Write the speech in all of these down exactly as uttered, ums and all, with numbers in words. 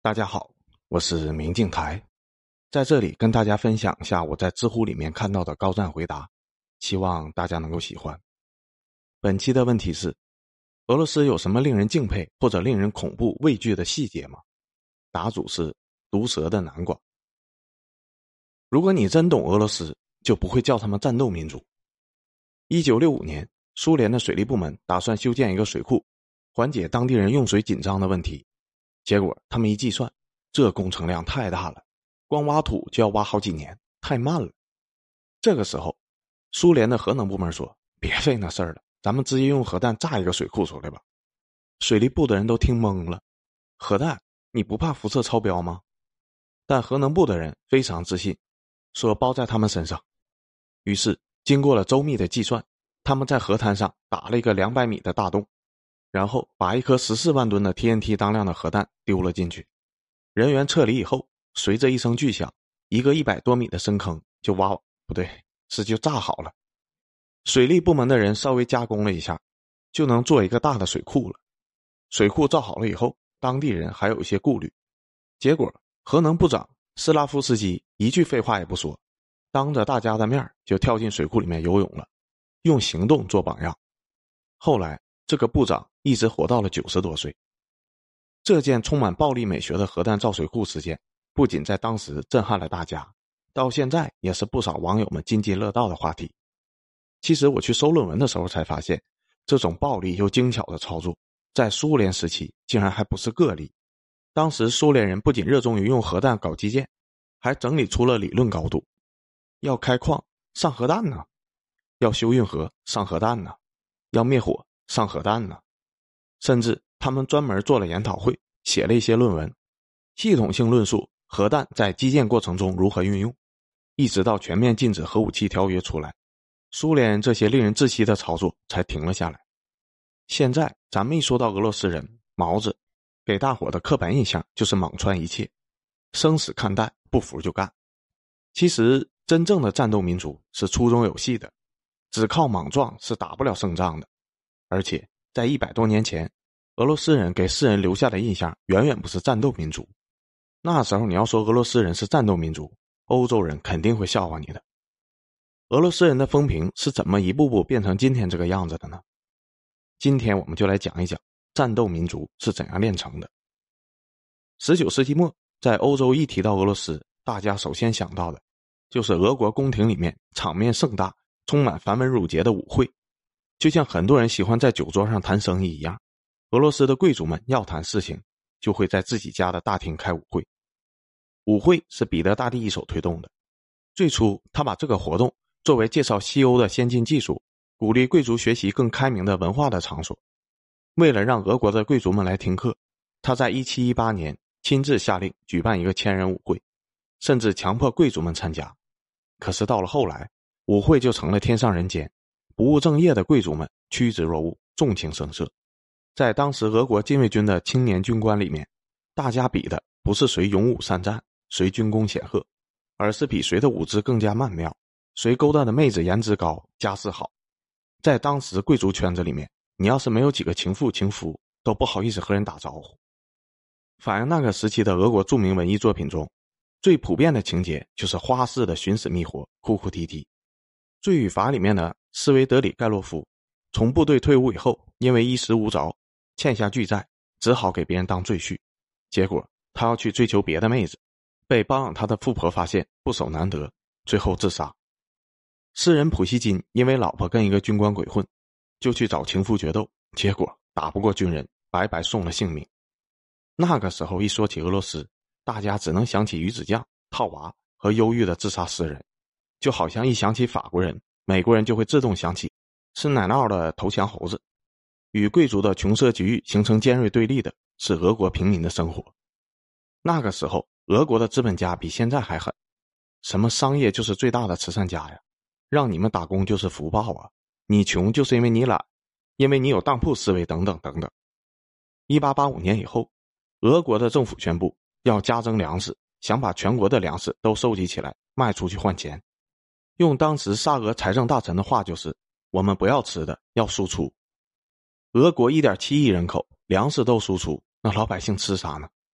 大家好，我是明镜台，在这里跟大家分享一下我在知乎里面看到的高赞回答，希望大家能够喜欢。本期的问题是，俄罗斯有什么令人敬佩或者令人恐怖畏惧的细节吗？答主是毒舌的南瓜。如果你真懂俄罗斯，就不会叫他们战斗民族。一九六五年，苏联的水利部门打算修建一个水库，缓解当地人用水紧张的问题。结果他们一计算，这工程量太大了，光挖土就要挖好几年，太慢了。这个时候，苏联的核能部门说，别费那事儿了，咱们直接用核弹炸一个水库出来吧。水利部的人都听懵了，核弹你不怕辐射超标吗？但核能部的人非常自信，说包在他们身上。于是经过了周密的计算，他们在河滩上打了一个两百米的大洞，然后把一颗十四万吨的 T N T 当量的核弹丢了进去。人员撤离以后，随着一声巨响，一个一百多米的深坑就挖不对是就炸好了。水利部门的人稍微加工了一下，就能做一个大的水库了。水库造好了以后，当地人还有一些顾虑，结果核能部长斯拉夫斯基一句废话也不说，当着大家的面就跳进水库里面游泳了，用行动做榜样。后来这个部长一直活到了九十多岁。这件充满暴力美学的核弹造水库事件不仅在当时震撼了大家，到现在也是不少网友们津津乐道的话题。其实我去搜论文的时候才发现，这种暴力又精巧的操作在苏联时期竟然还不是个例。当时苏联人不仅热衷于用核弹搞基建，还整理出了理论高度，要开矿上核弹呢，要修运河上核弹呢，要灭火上核弹呢。甚至他们专门做了研讨会，写了一些论文，系统性论述核弹在基建过程中如何运用，一直到全面禁止核武器条约出来，苏联人这些令人窒息的操作才停了下来。现在咱们一说到俄罗斯人，毛子给大伙的刻板印象就是莽穿一切，生死看淡，不服就干。其实真正的战斗民族是粗中有细的，只靠莽撞是打不了胜仗的。而且在一百多年前，俄罗斯人给世人留下的印象远远不是战斗民族。那时候你要说俄罗斯人是战斗民族，欧洲人肯定会笑话你的。俄罗斯人的风评是怎么一步步变成今天这个样子的呢？今天我们就来讲一讲战斗民族是怎样炼成的。十九世纪末，在欧洲一提到俄罗斯，大家首先想到的就是俄国宫廷里面场面盛大、充满繁文缛节的舞会。就像很多人喜欢在酒桌上谈生意一样，俄罗斯的贵族们要谈事情，就会在自己家的大厅开舞会。舞会是彼得大帝一手推动的，最初他把这个活动作为介绍西欧的先进技术，鼓励贵族学习更开明的文化的场所。为了让俄国的贵族们来听课，他在一七一八年亲自下令举办一个千人舞会，甚至强迫贵族们参加。可是到了后来，舞会就成了天上人间，不务正业的贵族们趋之若鹜，纵情声色。在当时俄国禁卫军的青年军官里面，大家比的不是谁勇武善战，谁军功显赫，而是比谁的舞姿更加曼妙，谁勾搭的妹子颜值高，家世好。在当时贵族圈子里面，你要是没有几个情妇情夫，都不好意思和人打招呼。反映那个时期的俄国著名文艺作品中，最普遍的情节就是花式的寻死觅活，哭哭啼啼。罪与罚里面的斯维德里盖洛夫从部队退伍以后，因为衣食无着，欠下巨债，只好给别人当赘婿。结果他要去追求别的妹子，被包养他的富婆发现，不守难得，最后自杀。诗人普希金因为老婆跟一个军官鬼混，就去找情夫决斗，结果打不过军人，白白送了性命。那个时候一说起俄罗斯，大家只能想起鱼子酱、套娃和忧郁的自杀诗人，就好像一想起法国人，美国人就会自动想起吃奶酪的头墙猴子。与贵族的穷奢极欲形成尖锐对立的是俄国平民的生活。那个时候俄国的资本家比现在还狠，什么商业就是最大的慈善家呀，让你们打工就是福报啊，你穷就是因为你懒，因为你有当铺思维等等等等。一八八五年以后，俄国的政府宣布要加征粮食，想把全国的粮食都收集起来卖出去换钱。用当时沙俄财政大臣的话就是，我们不要吃的，要输出。俄国 一点七亿人口，粮食都输出，那老百姓吃啥呢？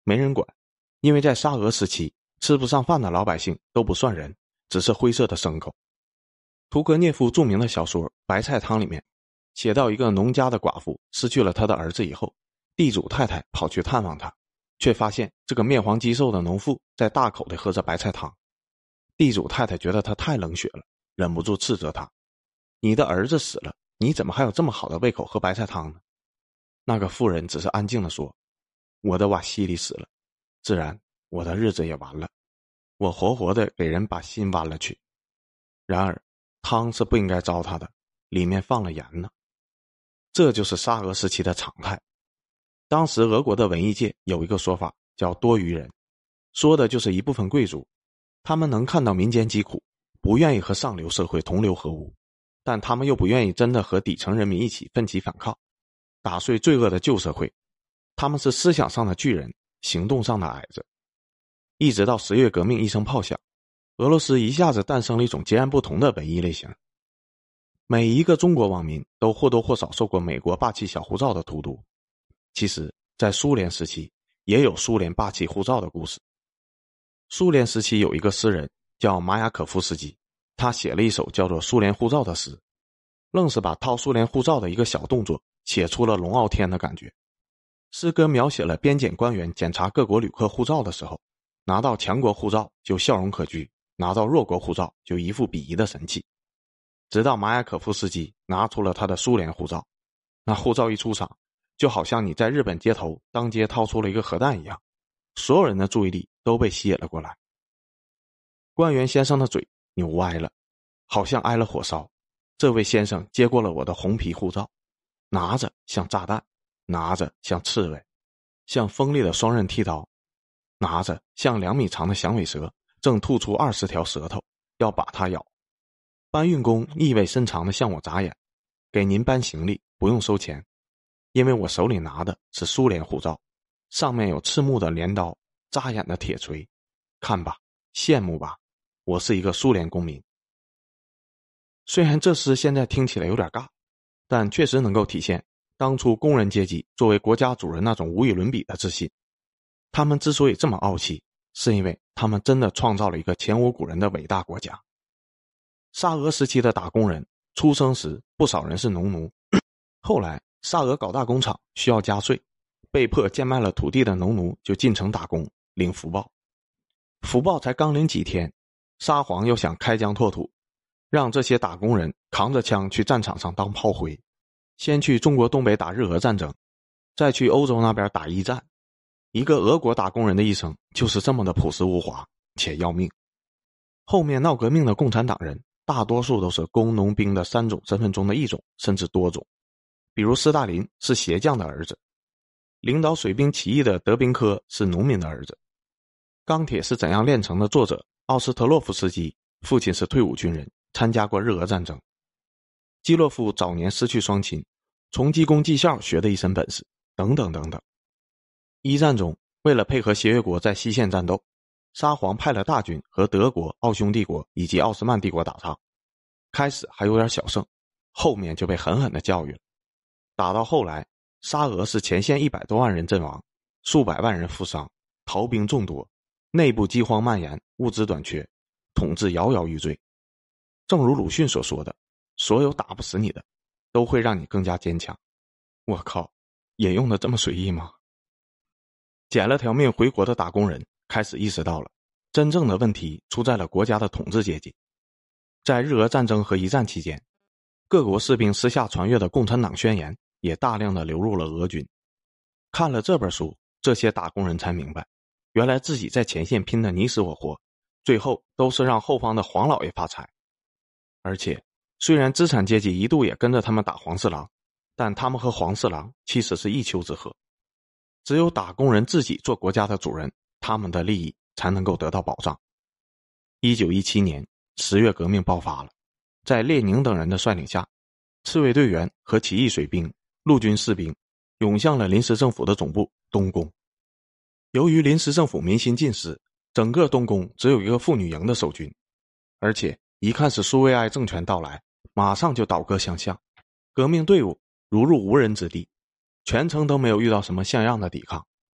没人管，因为在沙俄时期，吃不上饭的老百姓都不算人，只是灰色的牲口。屠格涅夫著名的小说《白菜汤》里面写到，一个农家的寡妇失去了她的儿子以后，地主太太跑去探望她，却发现这个面黄肌瘦的农妇在大口地喝着白菜汤。地主太太觉得她太冷血了，忍不住斥责她：你的儿子死了，你怎么还有这么好的胃口喝白菜汤呢？那个妇人只是安静地说：我的瓦西里死了，自然我的日子也完了，我活活的给人把心剜了去。然而汤是不应该糟蹋的，里面放了盐呢。这就是沙俄时期的常态。当时俄国的文艺界有一个说法叫多余人，说的就是一部分贵族，他们能看到民间疾苦，不愿意和上流社会同流合污，但他们又不愿意真的和底层人民一起奋起反抗，打碎罪恶的旧社会。他们是思想上的巨人，行动上的矮子。一直到十月革命一声炮响，俄罗斯一下子诞生了一种截然不同的文艺类型。每一个中国网民都或多或少受过美国霸气小护照的荼毒。其实在苏联时期也有苏联霸气护照的故事。苏联时期有一个诗人叫马雅可夫斯基，他写了一首叫做《苏联护照》的诗，愣是把掏苏联护照的一个小动作写出了龙傲天的感觉。诗歌描写了边检官员检查各国旅客护照的时候，拿到强国护照就笑容可掬，拿到弱国护照就一副鄙夷的神气。直到马雅可夫斯基拿出了他的苏联护照，那护照一出场，就好像你在日本街头当街掏出了一个核弹一样，所有人的注意力都被吸引了过来。官员先生的嘴扭歪了，好像挨了火烧。这位先生接过了我的红皮护照，拿着像炸弹，拿着像刺猬，像锋利的双刃剃刀，拿着像两米长的响尾蛇，正吐出二十条舌头，要把它咬。搬运工意味深长地向我眨眼，给您搬行李不用收钱，因为我手里拿的是苏联护照，上面有刺目的镰刀，扎眼的铁锤，看吧，羡慕吧，我是一个苏联公民。虽然这诗现在听起来有点尬，但确实能够体现当初工人阶级作为国家主人那种无与伦比的自信。他们之所以这么傲气，是因为他们真的创造了一个前无古人的伟大国家。沙俄时期的打工人出生时不少人是农奴，后来沙俄搞大工厂需要加税，被迫贱卖了土地的农奴就进城打工领福报。福报才刚领几天，沙皇又想开疆拓土，让这些打工人扛着枪去战场上当炮灰，先去中国东北打日俄战争，再去欧洲那边打一战。一个俄国打工人的一生就是这么的朴实无华且要命。后面闹革命的共产党人大多数都是工农兵的三种身份中的一种甚至多种，比如斯大林是鞋匠的儿子，领导水兵起义的德宾科是农民的儿子，钢铁是怎样炼成的作者奥斯特洛夫斯基父亲是退伍军人，参加过日俄战争，基洛夫早年失去双亲，从技工技校学的一身本事，等等等等。一战中为了配合协约国在西线战斗，沙皇派了大军和德国、奥匈帝国以及奥斯曼帝国打仗，开始还有点小胜，后面就被狠狠地教育了。打到后来，沙俄是前线一百多万人阵亡，数百万人负伤，逃兵众多，内部饥荒蔓延，物资短缺，统治摇摇欲坠。正如鲁迅所说的，所有打不死你的都会让你更加坚强。我靠，也用得这么随意吗？捡了条命回国的打工人开始意识到了，真正的问题出在了国家的统治阶级。在日俄战争和一战期间，各国士兵私下传阅的共产党宣言也大量的流入了俄军。看了这本书，这些打工人才明白，原来自己在前线拼得你死我活，最后都是让后方的黄老爷发财。而且虽然资产阶级一度也跟着他们打黄四郎，但他们和黄四郎其实是一丘之貉。只有打工人自己做国家的主人，他们的利益才能够得到保障。一九一七年十月革命爆发了，在列宁等人的率领下，赤卫队员和起义水兵、陆军士兵涌向了临时政府的总部东宫。由于临时政府民心尽失，整个东宫只有一个妇女营的守军，而且一看是苏维埃政权到来，马上就倒戈相向，革命队伍如入无人之地，全程都没有遇到什么像样的抵抗。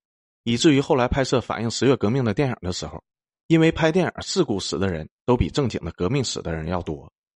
以至于后来拍摄反映十月革命的电影的时候，因为拍电影事故死的人都比正经的革命死的人要多，